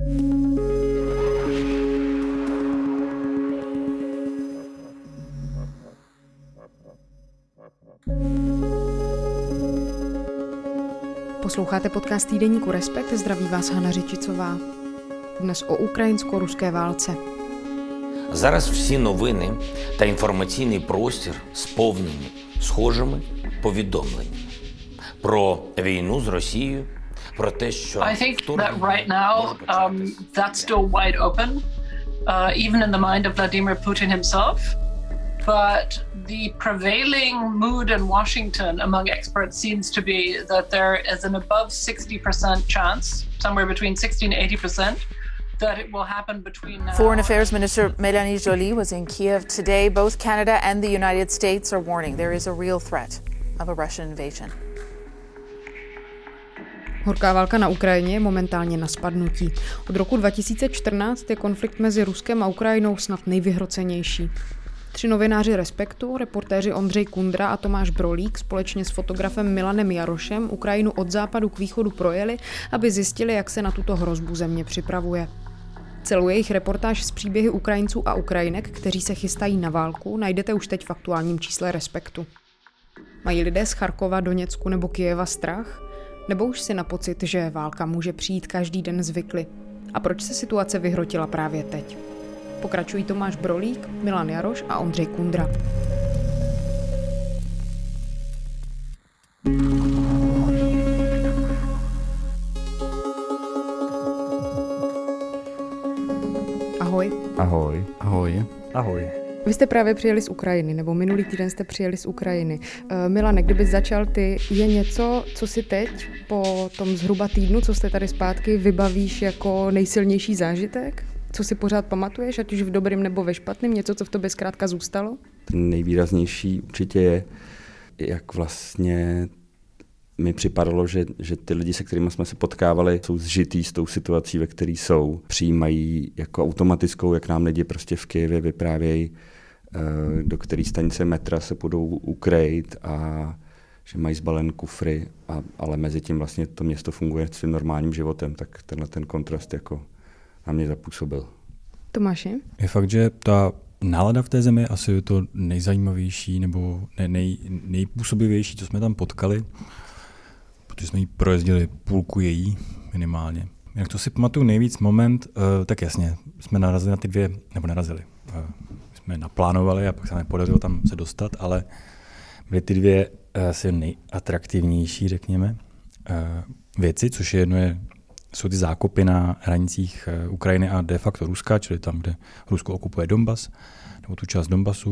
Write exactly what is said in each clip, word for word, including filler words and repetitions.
Posloucháte podcast týdeníku Respekt, zdraví vás Hana Řičicová. Dnes o ukrajinsko-ruské válce. Зараз всі новини та інформаційний простір сповнені схожими повідомленнями про війну з Росією, про те, що I think that right now um, that's still wide open, uh, even in the mind of Vladimir Putin himself. But the prevailing mood in Washington among experts seems to be that there is an above sixty percent chance, somewhere between sixty and eighty percent, that it will happen between now. Foreign Affairs Minister Mélanie Joly was in Kiev today. Both Canada and the United States are warning there is a real threat of a Russian invasion. Horká válka na Ukrajině je momentálně na spadnutí. Od roku dva tisíce čtrnáct je konflikt mezi Ruskem a Ukrajinou snad nejvyhrocenější. Tři novináři Respektu, reportéři Ondřej Kundra a Tomáš Brolík společně s fotografem Milanem Jarošem Ukrajinu od západu k východu projeli, aby zjistili, jak se na tuto hrozbu země připravuje. Celou jejich reportáž z příběhy Ukrajinců a Ukrajinek, kteří se chystají na válku, najdete už teď v aktuálním čísle Respektu. Mají lidé z Charkova, Doněcku nebo Kyjeva strach? Nebo už si na pocit, že válka může přijít každý den zvykli? A proč se situace vyhrotila právě teď? Pokračují Tomáš Brolík, Milan Jaroš a Ondřej Kundra. Ahoj. Ahoj. Ahoj. Ahoj. Vy jste právě přijeli z Ukrajiny, nebo minulý týden jste přijeli z Ukrajiny. Uh, Milane, kdybys začal ty, je něco, co si teď po tom zhruba týdnu, co jste tady zpátky, vybavíš jako nejsilnější zážitek? Co si pořád pamatuješ, ať už v dobrým nebo ve špatným, něco, co v tobě zkrátka zůstalo? Ten nejvýraznější určitě je, jak vlastně mi připadalo, že, že ty lidi, se kterými jsme se potkávali, jsou zžitý s tou situací, ve které jsou. Přijímají jako automatickou, jak nám lidi prostě v Kyjevě vyprávějí, do které stanice metra se budou ukrejt a že mají zbalen kufry, a, ale mezi tím vlastně to město funguje svým normálním životem, tak tenhle ten kontrast jako na mě zapůsobil. Tomáši? Je fakt, že ta nálada v té zemi asi je to nejzajímavější nebo nej, nej, nejpůsobivější, co jsme tam potkali, protože jsme jí projezdili půlku její minimálně. Jak to si pamatuju nejvíc moment, uh, tak jasně, jsme narazili na ty dvě, nebo narazili, uh, jsme naplánovali a pak se nám podařilo tam se dostat, ale byly ty dvě uh, asi nejatraktivnější, řekněme, uh, věci, což je jedno je jsou ty zákopy na hranicích Ukrajiny a de facto Ruska, čili tam, kde Rusko okupuje Donbas, nebo tu část Donbasu. Uh,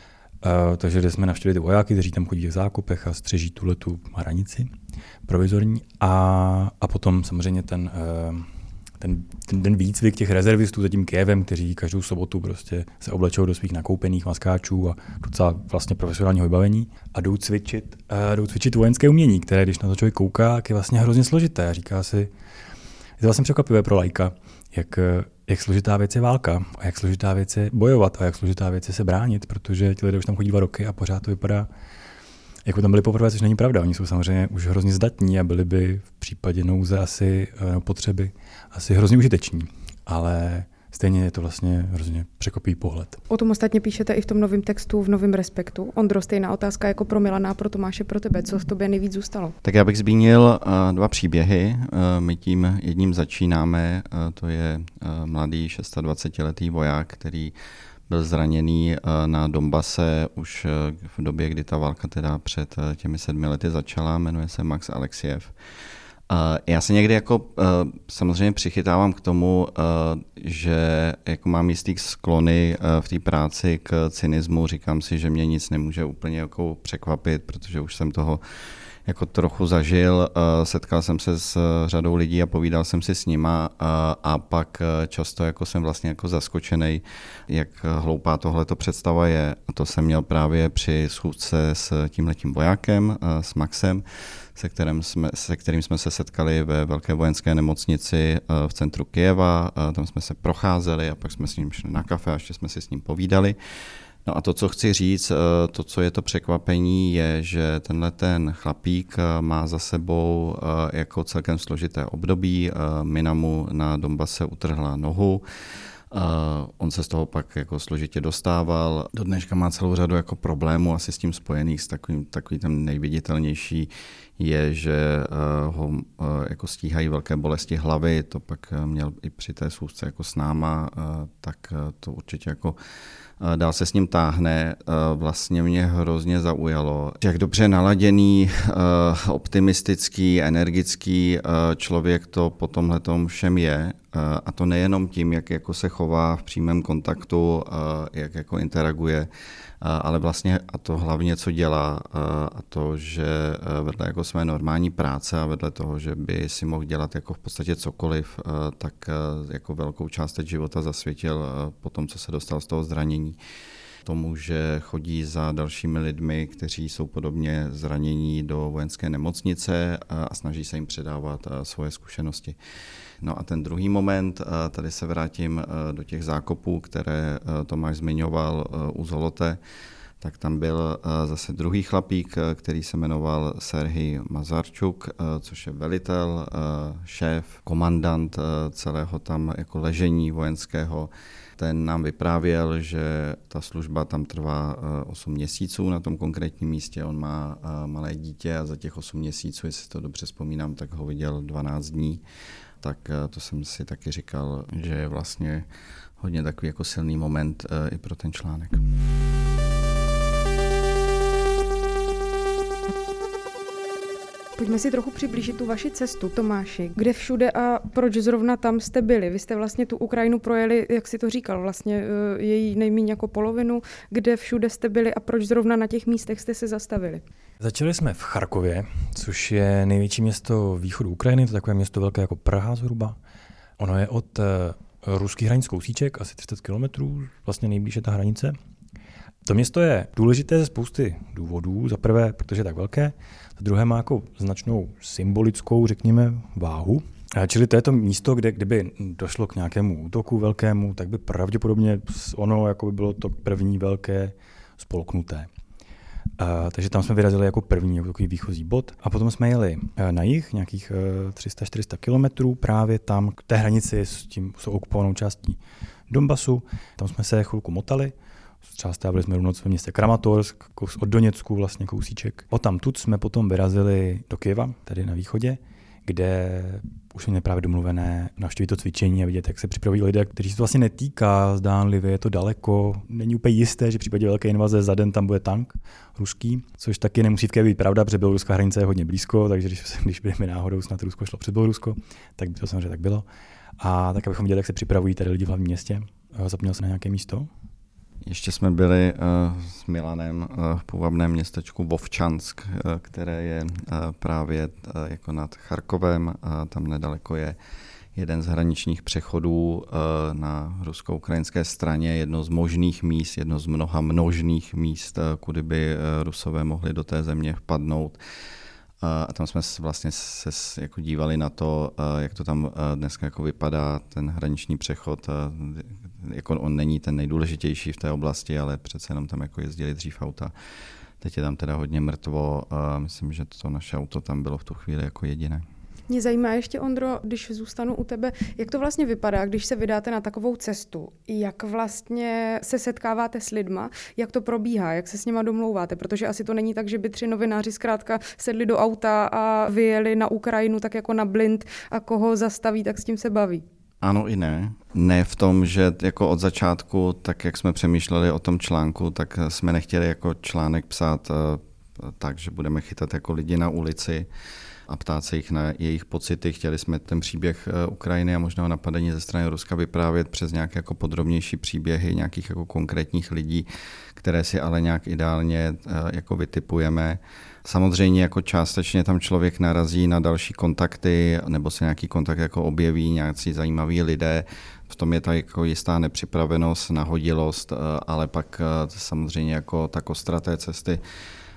takže kde jsme navštívili ty vojáky, kteří tam chodí v zákopech a střeží tuhletu hranici provizorní. A, a potom samozřejmě ten, uh, ten, ten, ten výcvik těch rezervistů za tím Kyjevem, kteří každou sobotu prostě se oblečou do svých nakoupených maskáčů a docela vlastně profesionálního vybavení a jdou cvičit, uh, jdou cvičit vojenské umění, které, když na to člověk kouká, je vlastně hrozně složité. Říká si, je to vlastně překvapivé pro laika, jak, jak složitá věc je válka a jak složitá věc je bojovat a jak složitá věc je se bránit, protože ti lidé už tam chodí dva roky a pořád to vypadá, jako tam byli poprvé, což není pravda. Oni jsou samozřejmě už hrozně zdatní a byli by v případě nouze asi, no, potřeby asi hrozně užiteční, ale stejně je to vlastně hrozně překvapivý pohled. O tom ostatně píšete i v tom novém textu, v novém Respektu. Ondro, stejná otázka jako pro Milana a pro Tomáše, pro tebe. Co v tobě nejvíc zůstalo? Tak já bych zmínil uh, dva příběhy. Uh, my tím jedním začínáme. Uh, to je uh, mladý dvacetišestiletý voják, který byl zraněný uh, na Donbase už uh, v době, kdy ta válka teda před uh, těmi sedmi lety začala. Jmenuje se Max Alexiev. Uh, já se někdy jako uh, samozřejmě přichytávám k tomu, uh, že jako mám jistý sklony uh, v té práci k cynismu. Říkám si, že mě nic nemůže úplně jako překvapit, protože už jsem toho jako trochu zažil. Uh, setkal jsem se s řadou lidí a povídal jsem si s nima uh, a pak uh, často jako jsem vlastně jako zaskočenej, jak hloupá tohleto představa je. A to jsem měl právě při schůzce s tímhletím vojákem, uh, s Maxem, se kterým, jsme, se kterým jsme se setkali ve velké vojenské nemocnici v centru Kyjeva. Tam jsme se procházeli a pak jsme s ním šli na kafe a ještě jsme si s ním povídali. No a to, co chci říct, to, co je to překvapení, je, že tenhle ten chlapík má za sebou jako celkem složité období. Mina mu na Donbase utrhla nohu. Uh, on se z toho pak jako složitě dostával. Do dneška má celou řadu jako problémů asi s tím spojených, s takovým, takový ten nejviditelnější je, že uh, ho uh, jako stíhají velké bolesti hlavy, to pak uh, měl i při té schůzce jako s náma, uh, tak uh, to určitě jako uh, dál se s ním táhne. Uh, vlastně mě hrozně zaujalo, jak dobře naladěný, uh, optimistický, energický uh, člověk to po tomhletom všem je. A to nejenom tím, jak jako se chová v přímém kontaktu, jak jako interaguje, ale vlastně a to hlavně, co dělá, a to, že vedle jako své normální práce a vedle toho, že by si mohl dělat jako v podstatě cokoliv, tak jako velkou část teď života zasvětil po tom, co se dostal z toho zranění. Tomu, že chodí za dalšími lidmi, kteří jsou podobně zranění do vojenské nemocnice a snaží se jim předávat svoje zkušenosti. No a ten druhý moment, tady se vrátím do těch zákopů, které Tomáš zmiňoval u Zolote, tak tam byl zase druhý chlapík, který se jmenoval Serhij Mazarčuk, což je velitel, šéf, komandant celého tam jako ležení vojenského. Ten nám vyprávěl, že ta služba tam trvá osm měsíců na tom konkrétním místě. On má malé dítě a za těch osm měsíců, jestli to dobře vzpomínám, tak ho viděl dvanáct dní. Tak to jsem si taky říkal, že je vlastně hodně takový jako silný moment i pro ten článek. Pojďme si trochu přiblížit tu vaši cestu, Tomáši. Kde všude a proč zrovna tam jste byli? Vy jste vlastně tu Ukrajinu projeli, jak si to říkal, vlastně její nejméně jako polovinu. Kde všude jste byli a proč zrovna na těch místech jste se zastavili? Začali jsme v Charkově, což je největší město východu Ukrajiny, to je takové město velké jako Praha zhruba. Ono je od ruských hranic kousíček, asi tři sta kilometrů, vlastně nejblíž je ta hranice. To město je důležité ze spousty důvodů. Za prvé, protože je tak velké, za druhé má jako značnou symbolickou, řekněme, váhu. Čili to je to místo, kde kdyby došlo k nějakému útoku velkému, tak by pravděpodobně ono jako by bylo to první velké spolknuté. Uh, takže tam jsme vyrazili jako první jako takový výchozí bod a potom jsme jeli uh, na jih nějakých uh, tři sta čtyři sta kilometrů právě tam k té hranici s tím s okupovanou částí Donbasu. Tam jsme se chvilku motali. Třeba stávali jsme noc ve městě Kramatorsk, od Doněcku vlastně kousíček. Odtamtud jsme potom vyrazili do Kyjeva, tady na východě, kde už jsme měli právě domluvené navštívit to cvičení a vidět, jak se připravují lidé, kteří se to vlastně netýká zdánlivě, je to daleko. Není úplně jisté, že v případě velké invaze za den tam bude tank ruský, což taky nemusí v Kyjevě být pravda, protože běloruská hranice je hodně blízko, takže když, když by mi náhodou snad Rusko šlo před Bělorusko, tak by to samozřejmě tak bylo. A tak abychom viděli, jak se připravují tady lidi v hlavním městě. Zapomněl jsem na nějaké místo? Ještě jsme byli uh, s Milanem uh, v půvabném městečku Vovčansk, uh, které je uh, právě uh, jako nad Charkovem. Uh, tam nedaleko je jeden z hraničních přechodů uh, na rusko-ukrajinské straně, jedno z možných míst, jedno z mnoha množných míst, uh, kudy by uh, Rusové mohli do té země vpadnout. A tam jsme vlastně se jako dívali na to, jak to tam dneska jako vypadá, ten hraniční přechod. Jako on není ten nejdůležitější v té oblasti, ale přece jenom tam jako jezdili dřív auta. Teď je tam teda hodně mrtvo. Myslím, že to naše auto tam bylo v tu chvíli jako jediné. Mě zajímá ještě, Ondro, když zůstanu u tebe, jak to vlastně vypadá, když se vydáte na takovou cestu? Jak vlastně se setkáváte s lidma? Jak to probíhá? Jak se s nima domlouváte? Protože asi to není tak, že by tři novináři zkrátka sedli do auta a vyjeli na Ukrajinu tak jako na blind a koho zastaví, tak s tím se baví. Ano i ne. Ne v tom, že jako od začátku, tak jak jsme přemýšleli o tom článku, tak jsme nechtěli jako článek psát tak, že budeme chytat jako lidi na ulici a ptát se jich na jejich pocity. Chtěli jsme ten příběh Ukrajiny a možného napadení ze strany Ruska vyprávět přes nějaké jako podrobnější příběhy nějakých jako konkrétních lidí, které si ale nějak ideálně jako vytipujeme. Samozřejmě jako částečně tam člověk narazí na další kontakty nebo se nějaký kontakt jako objeví, nějací zajímaví lidé. V tom je ta jako jistá nepřipravenost, nahodilost, ale pak samozřejmě jako ta kostra té cesty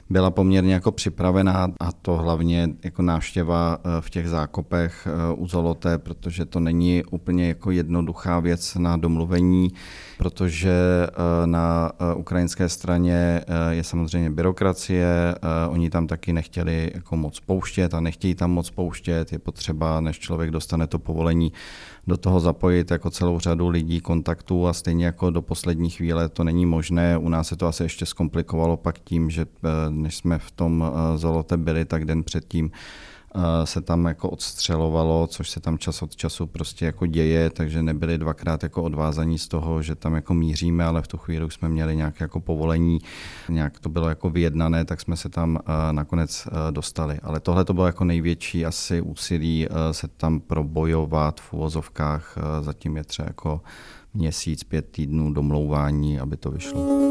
byla poměrně jako připravená, a to hlavně jako návštěva v těch zákopech u Zoloté, protože to není úplně jako jednoduchá věc na domluvení, protože na ukrajinské straně je samozřejmě byrokracie, oni tam taky nechtěli jako moc pouštět a nechtějí tam moc pouštět, je potřeba, než člověk dostane to povolení, do toho zapojit jako celou řadu lidí, kontaktů a stejně jako do poslední chvíle to není možné. U nás se to asi ještě zkomplikovalo pak tím, že než jsme v tom Zolote byli, tak den předtím se tam jako odstřelovalo, což se tam čas od času prostě jako děje, takže nebyli dvakrát jako odvázaní z toho, že tam jako míříme, ale v tu chvíli už jsme měli nějaké jako povolení, nějak to bylo jako vyjednané, tak jsme se tam nakonec dostali. Ale tohle to bylo jako největší asi úsilí se tam probojovat v uvozovkách, zatím je třeba jako měsíc, pět týdnů domlouvání, aby to vyšlo.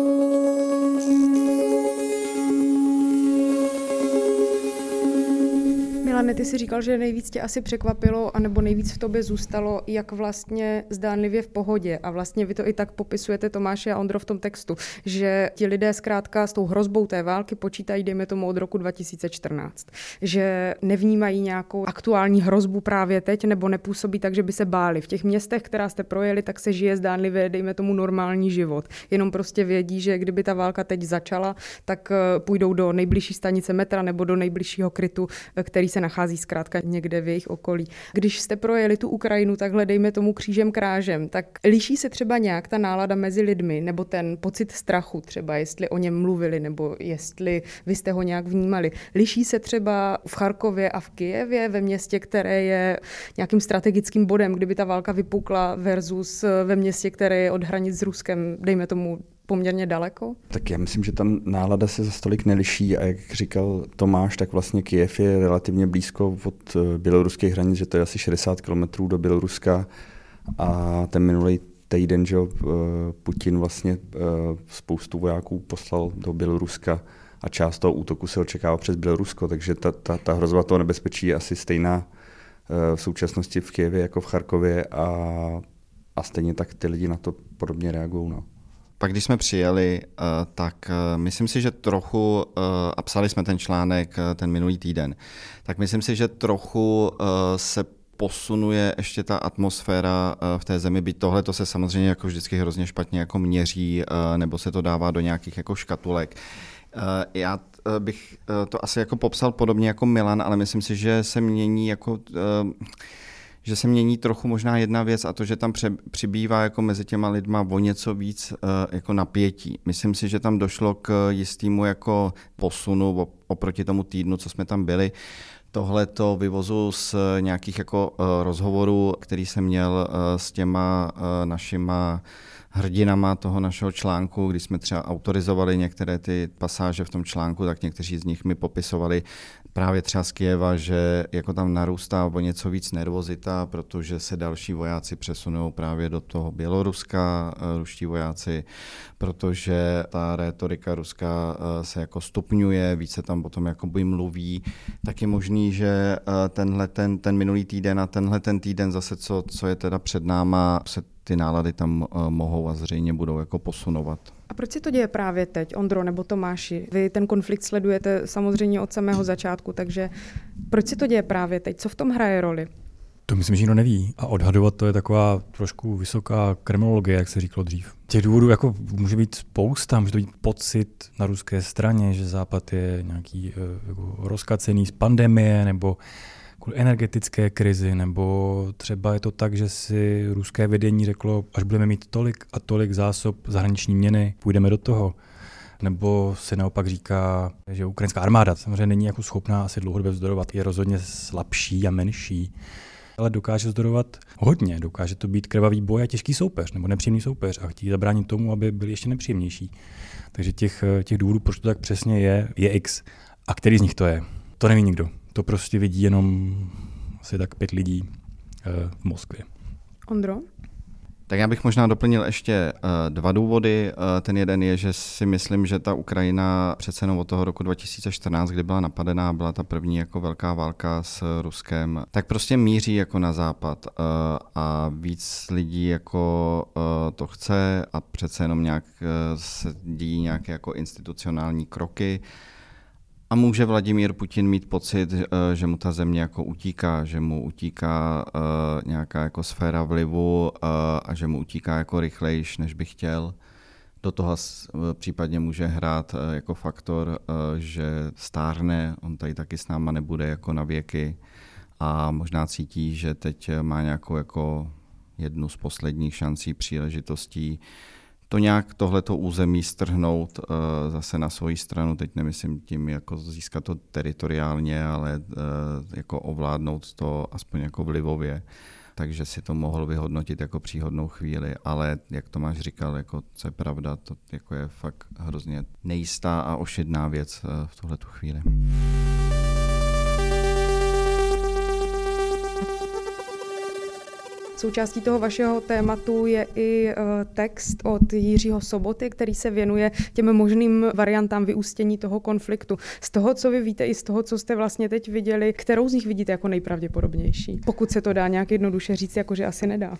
Milane, ty jsi říkal, že nejvíc tě asi překvapilo, anebo nejvíc v tobě zůstalo, jak vlastně zdánlivě v pohodě. A vlastně vy to i tak popisujete, Tomáši a Ondro, v tom textu, že ti lidé zkrátka s tou hrozbou té války počítají, dejme tomu, od roku dva tisíce čtrnáct. Že nevnímají nějakou aktuální hrozbu právě teď, nebo nepůsobí tak, že by se báli. V těch městech, která jste projeli, tak se žije zdánlivě, dejme tomu, normální život. Jenom prostě vědí, že kdyby ta válka teď začala, tak půjdou do nejbližší stanice metra nebo do nejbližšího krytu, který se nachází zkrátka někde v jejich okolí. Když jste projeli tu Ukrajinu takhle, dejme tomu křížem krážem, tak liší se třeba nějak ta nálada mezi lidmi, nebo ten pocit strachu třeba, jestli o něm mluvili, nebo jestli vy jste ho nějak vnímali. Liší se třeba v Charkově a v Kyjevě, ve městě, které je nějakým strategickým bodem, kdyby ta válka vypukla, versus ve městě, které je od hranic s Ruskem, dejme tomu, poměrně daleko? Tak já myslím, že tam nálada se za stolik neliší a jak říkal Tomáš, tak vlastně Kyjev je relativně blízko od běloruských hranic, že to je asi šedesát kilometrů do Běloruska a ten minulý týden, že Putin vlastně spoustu vojáků poslal do Běloruska a část toho útoku se očekává přes Bělorusko, takže ta, ta, ta hrozba toho nebezpečí je asi stejná v současnosti v Kyjevě jako v Charkově a, a stejně tak ty lidi na to podobně reagují. No. Pak když jsme přijeli, tak myslím si, že trochu, a psali jsme ten článek ten minulý týden, tak myslím si, že trochu se posunuje ještě ta atmosféra v té zemi, byť tohle to se samozřejmě jako vždycky hrozně špatně jako měří, nebo se to dává do nějakých jako škatulek. Já bych to asi jako popsal podobně jako Milan, ale myslím si, že se mění jako... že se mění trochu možná jedna věc a to, že tam pře- přibývá jako mezi těma lidma o něco víc uh, jako napětí. Myslím si, že tam došlo k jistému jako posunu oproti tomu týdnu, co jsme tam byli. Tohle to vyvozu z nějakých jako uh, rozhovorů, který jsem měl uh, s těma uh, našima hrdinama toho našeho článku, když jsme třeba autorizovali některé ty pasáže v tom článku, tak někteří z nich mi popisovali právě třeba z Kyjeva, že jako tam narůstá o něco víc nervozita, protože se další vojáci přesunou právě do toho Běloruska, ruští vojáci, protože ta rétorika ruská se jako stupňuje, více tam potom jakoby mluví. Tak je možný, že tenhle ten, ten minulý týden a tenhle ten týden zase, co, co je teda před náma, se ty nálady tam mohou a zřejmě budou jako posunovat. A proč se to děje právě teď, Ondro nebo Tomáši? Vy ten konflikt sledujete samozřejmě od samého začátku, takže proč se to děje právě teď? Co v tom hraje roli? To myslím, že nikdo neví. A odhadovat to je taková trošku vysoká kriminologie, jak se říkalo dřív. Těch důvodů jako může být spousta, může to být pocit na ruské straně, že Západ je nějaký jako rozkacený z pandemie nebo kvůli energetické krizi, nebo třeba je to tak, že si ruské vedení řeklo, až budeme mít tolik a tolik zásob zahraniční měny, půjdeme do toho. Nebo se naopak říká, že ukrajinská armáda samozřejmě není jako schopná asi dlouhodobě vzdorovat, je rozhodně slabší a menší, ale dokáže vzdorovat hodně, dokáže to být krvavý boj a těžký soupeř, nebo nepříjemný soupeř a chtít zabránit tomu, aby byli ještě nepříjemnější. Takže těch, těch důvodů, proč to tak přesně je, je X. A který z nich to je? To neví nikdo. To prostě vidí jenom asi tak pět lidí v Moskvě. Ondro? Tak já bych možná doplnil ještě dva důvody. Ten jeden je, že si myslím, že ta Ukrajina přece jenom od toho roku dva tisíce čtrnáct, kdy byla napadená, byla ta první jako velká válka s Ruskem, tak prostě míří jako na západ a víc lidí jako to chce a přece jenom nějak se dějí nějaké jako institucionální kroky. A může Vladimír Putin mít pocit, že mu ta země jako utíká, že mu utíká uh, nějaká jako sféra vlivu uh, a že mu utíká jako rychlejš, než by chtěl. Do toho případně může hrát uh, jako faktor, uh, že stárne, on tady taky s náma nebude jako na věky a možná cítí, že teď má nějakou jako jednu z posledních šancí, příležitostí to nějak tohleto území strhnout uh, zase na svoji stranu, teď nemyslím tím jako získat to teritoriálně, ale uh, jako ovládnout to aspoň jako vlivově. Takže si to mohl vyhodnotit jako příhodnou chvíli, ale jak Tomáš říkal, jako, co je pravda, to jako je fakt hrozně nejistá a ošidná věc uh, v tuhletu chvíli. Součástí toho vašeho tématu je i text od Jiřího Soboty, který se věnuje těm možným variantám vyústění toho konfliktu. Z toho, co vy víte, i z toho, co jste vlastně teď viděli, kterou z nich vidíte jako nejpravděpodobnější? Pokud se to dá nějak jednoduše říct, jakože asi nedá.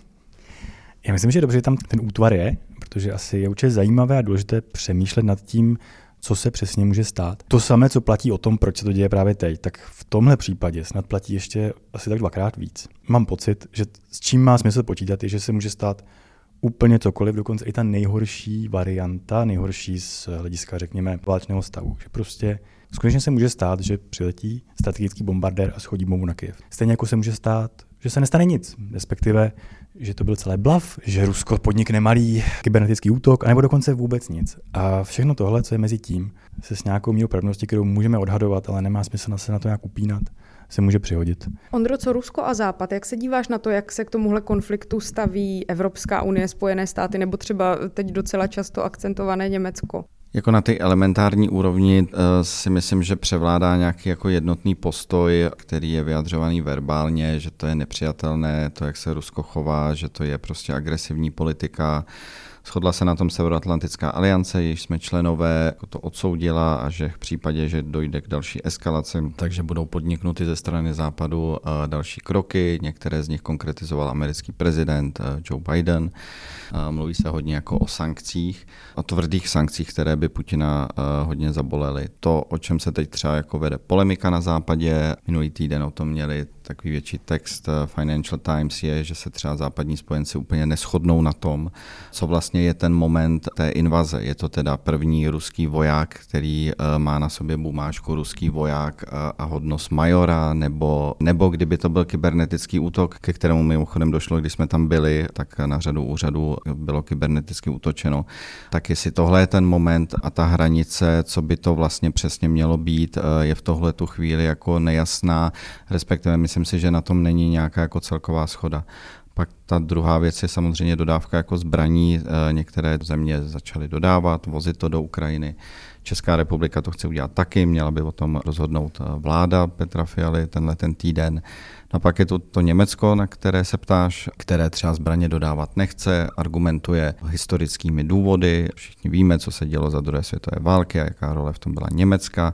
Já myslím, že dobře, že tam ten útvar je, protože asi je určitě zajímavé a důležité přemýšlet nad tím, co se přesně může stát. To samé, co platí o tom, proč se to děje právě teď, tak v tomhle případě snad platí ještě asi tak dvakrát víc. Mám pocit, že s čím má smysl počítat, je, že se může stát úplně cokoliv, dokonce i ta nejhorší varianta, nejhorší z hlediska, řekněme, válečného stavu. Že prostě skutečně se může stát, že přiletí strategický bombardér a shodí bombu na Kyjev. Stejně jako se může stát, že se nestane nic, respektive, že to byl celé bluff, že Rusko podnikne malý kybernetický útok, anebo dokonce vůbec nic. A všechno tohle, co je mezi tím, se s nějakou mírou pravděpodobnosti, kterou můžeme odhadovat, ale nemá smysl se na to nějak upínat, se může přihodit. Ondro, co Rusko a Západ, jak se díváš na to, jak se k tomuhle konfliktu staví Evropská unie, Spojené státy, nebo třeba teď docela často akcentované Německo? Jako na ty elementární úrovni uh, si myslím, že převládá nějaký jako jednotný postoj, který je vyjadřovaný verbálně, že to je nepřijatelné, to, jak se Rusko chová, že to je prostě agresivní politika. Shodla se na tom Severoatlantická aliance, jejíž jsme členové, jako to odsoudila a že v případě, že dojde k další eskalaci, takže budou podniknuty ze strany Západu další kroky. Některé z nich konkretizoval americký prezident Joe Biden. Mluví se hodně jako o sankcích, o tvrdých sankcích, které by Putina hodně zabolely. To, o čem se teď třeba jako vede polemika na Západě, minulý týden o tom měli takový větší text Financial Times, je, že se třeba západní spojenci úplně neshodnou na tom, co vlastně je ten moment té invaze. Je to teda první ruský voják, který má na sobě bumážku ruský voják a hodnost majora, nebo, nebo kdyby to byl kybernetický útok, ke kterému mimochodem došlo, když jsme tam byli, tak na řadu úřadů bylo kyberneticky útočeno. Tak jestli tohle je ten moment a ta hranice, co by to vlastně přesně mělo být, je v tohle tu chvíli jako nejasná, respektive myslím si, že na tom není nějaká jako celková shoda. Pak ta druhá věc je samozřejmě dodávka jako zbraní. Některé země začaly dodávat, vozit to do Ukrajiny. Česká republika to chce udělat taky, měla by o tom rozhodnout vláda Petra Fialy tenhle ten týden. No pak je to, to Německo, na které se ptáš, které třeba zbraně dodávat nechce, argumentuje historickými důvody. Všichni víme, co se dělo za druhé světové války a jaká role v tom byla německá.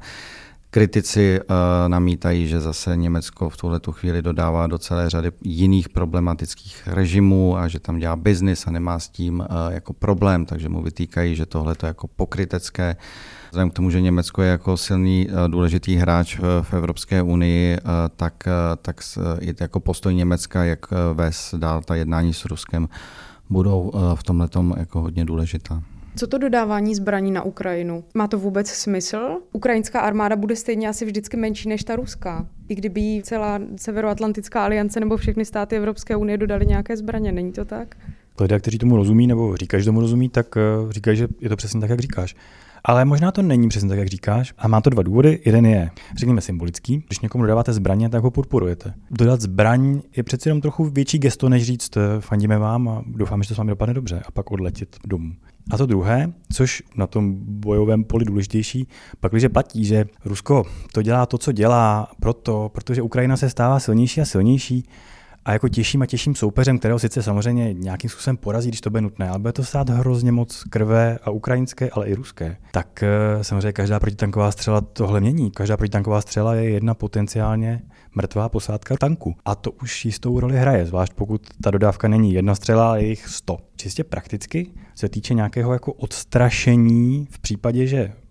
Kritici uh, namítají, že zase Německo v tuhletu chvíli dodává do celé řady jiných problematických režimů a že tam dělá biznis a nemá s tím uh, jako problém, takže mu vytýkají, že tohle je jako pokrytecké. Vzhledem k tomu, že Německo je jako silný uh, důležitý hráč uh, v Evropské unii, uh, tak, uh, tak uh, je jako postoj Německa, jak uh, vést dál ta jednání s Ruskem, budou uh, v tomhletom jako hodně důležitá. Co to dodávání zbraní na Ukrajinu? Má to vůbec smysl? Ukrajinská armáda bude stejně asi vždycky menší než ta ruská. I kdyby jí celá Severoatlantická aliance nebo všechny státy Evropské unie dodali nějaké zbraně, není to tak? Lidé, kteří tomu rozumí nebo říkají, že tomu rozumí, tak říkají, že je to přesně tak, jak říkáš. Ale možná to není přesně tak, jak říkáš. A má to dva důvody. Jeden je, řekněme, symbolický. Když někomu dodáváte zbraně, tak ho podporujete. Dodat zbraň je přeci jenom trochu větší gesto, než říct fandíme vám a doufám, že to s vámi dopadne dobře a pak odletět domů. A to druhé, což na tom bojovém poli důležitější, pak když platí, že Rusko to dělá to, co dělá, proto, protože Ukrajina se stává silnější a silnější a jako těžším a těžším soupeřem, kterého sice samozřejmě nějakým způsobem porazí, když to bude nutné, ale bude to stát hrozně moc krve a ukrajinské, ale i ruské. Tak samozřejmě každá protitanková střela tohle mění. Každá protitanková střela je jedna potenciálně mrtvá posádka tanku. A to už jistou roli hraje, zvlášť pokud ta dodávka není jedna střela, ale je jich sto. Čistě prakticky se týče nějakého jako odstrašení v případě, že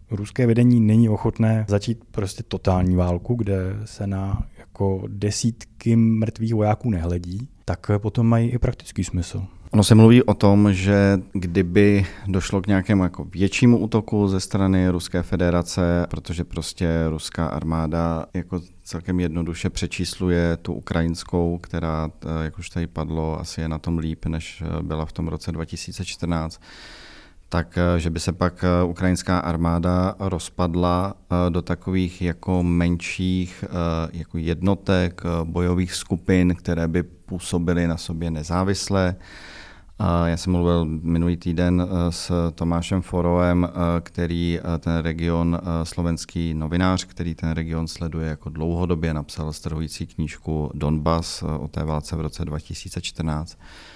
ruské vedení není ochotné začít prostě totální válku, kde se na jako desítky mrtvých vojáků nehledí, tak potom mají i praktický smysl. Ono se mluví o tom, že kdyby došlo k nějakému jako většímu útoku ze strany Ruské federace, protože prostě ruská armáda jako celkem jednoduše přečísluje tu ukrajinskou, která, jak už tady padlo, asi je na tom líp, než byla v tom roce dva tisíce čtrnáct, tak že by se pak ukrajinská armáda rozpadla do takových jako menších jako jednotek, bojových skupin, které by působily na sobě nezávisle. Já jsem mluvil minulý týden s Tomášem Forovem, který ten region, slovenský novinář, který ten region sleduje jako dlouhodobě, napsal strhující knížku Donbas o té válce v roce dva tisíce čtrnáct.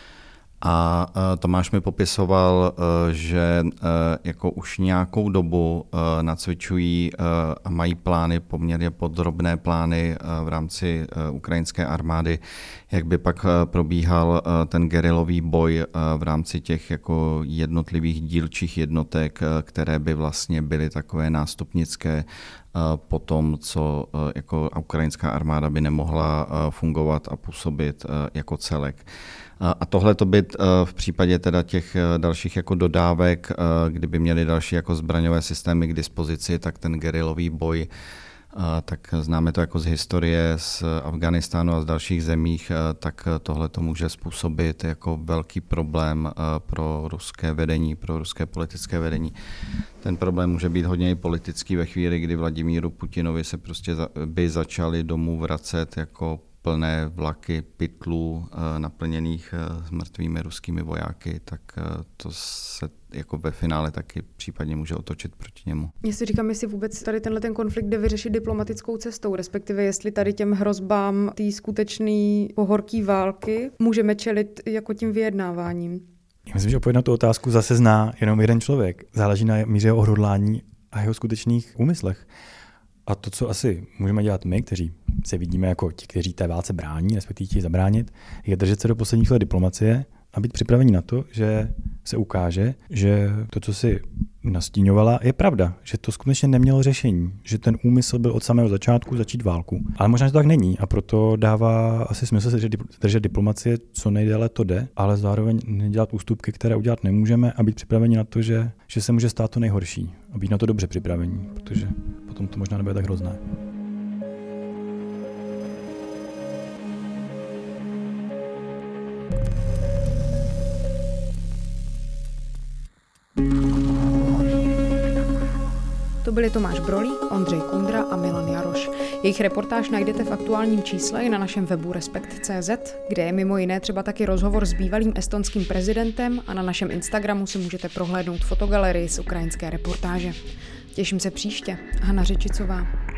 A Tomáš mi popisoval, že jako už nějakou dobu nacvičují a mají plány, poměrně podrobné plány v rámci ukrajinské armády, jak by pak probíhal ten gerilový boj v rámci těch jako jednotlivých dílčích jednotek, které by vlastně byly takové nástupnické po tom, co jako ukrajinská armáda by nemohla fungovat a působit jako celek. A tohle to by v případě teda těch dalších jako dodávek, kdyby měli další jako zbraňové systémy k dispozici, tak ten gerilový boj, tak známe to jako z historie z Afghánistánu a z dalších zemích, tak tohle to může způsobit jako velký problém pro ruské vedení, pro ruské politické vedení. Ten problém může být hodně i politický ve chvíli, kdy Vladimíru Putinovi se prostě by začaly domů vracet jako plné vlaky pytlů naplněných mrtvými ruskými vojáky, tak to se jako ve finále taky případně může otočit proti němu. Já si říkám, jestli vůbec tady tenhle ten konflikt jde vyřešit diplomatickou cestou, respektive jestli tady těm hrozbám té skutečné pohorký války můžeme čelit jako tím vyjednáváním. Já myslím, že odpověď na tu otázku zase zná jenom jeden člověk. Záleží na míře jeho odhodlání a jeho skutečných úmyslech. A to, co asi můžeme dělat my, kteří se vidíme jako ti, kteří té válce brání, respektive chtějí zabránit, je držet se do posledních let diplomacie a být připraveni na to, že se ukáže, že to, co si nastíňovala, je pravda, že to skutečně nemělo řešení, že ten úmysl byl od samého začátku začít válku. Ale možná, že to tak není a proto dává asi smysl se držet diplomacie, co nejdéle to jde, ale zároveň nedělat ústupky, které udělat nemůžeme a být připraveni na to, že, že se může stát to nejhorší a být na to dobře připravení, protože potom to možná nebude tak hrozné. To byli Tomáš Brolík, Ondřej Kundra a Milan Jaroš. Jejich reportáž najdete v aktuálním čísle i na našem webu respekt tečka cé zet, kde je mimo jiné třeba taky rozhovor s bývalým estonským prezidentem a na našem Instagramu si můžete prohlédnout fotogalerii z ukrajinské reportáže. Těším se příště. Hana Řečicová.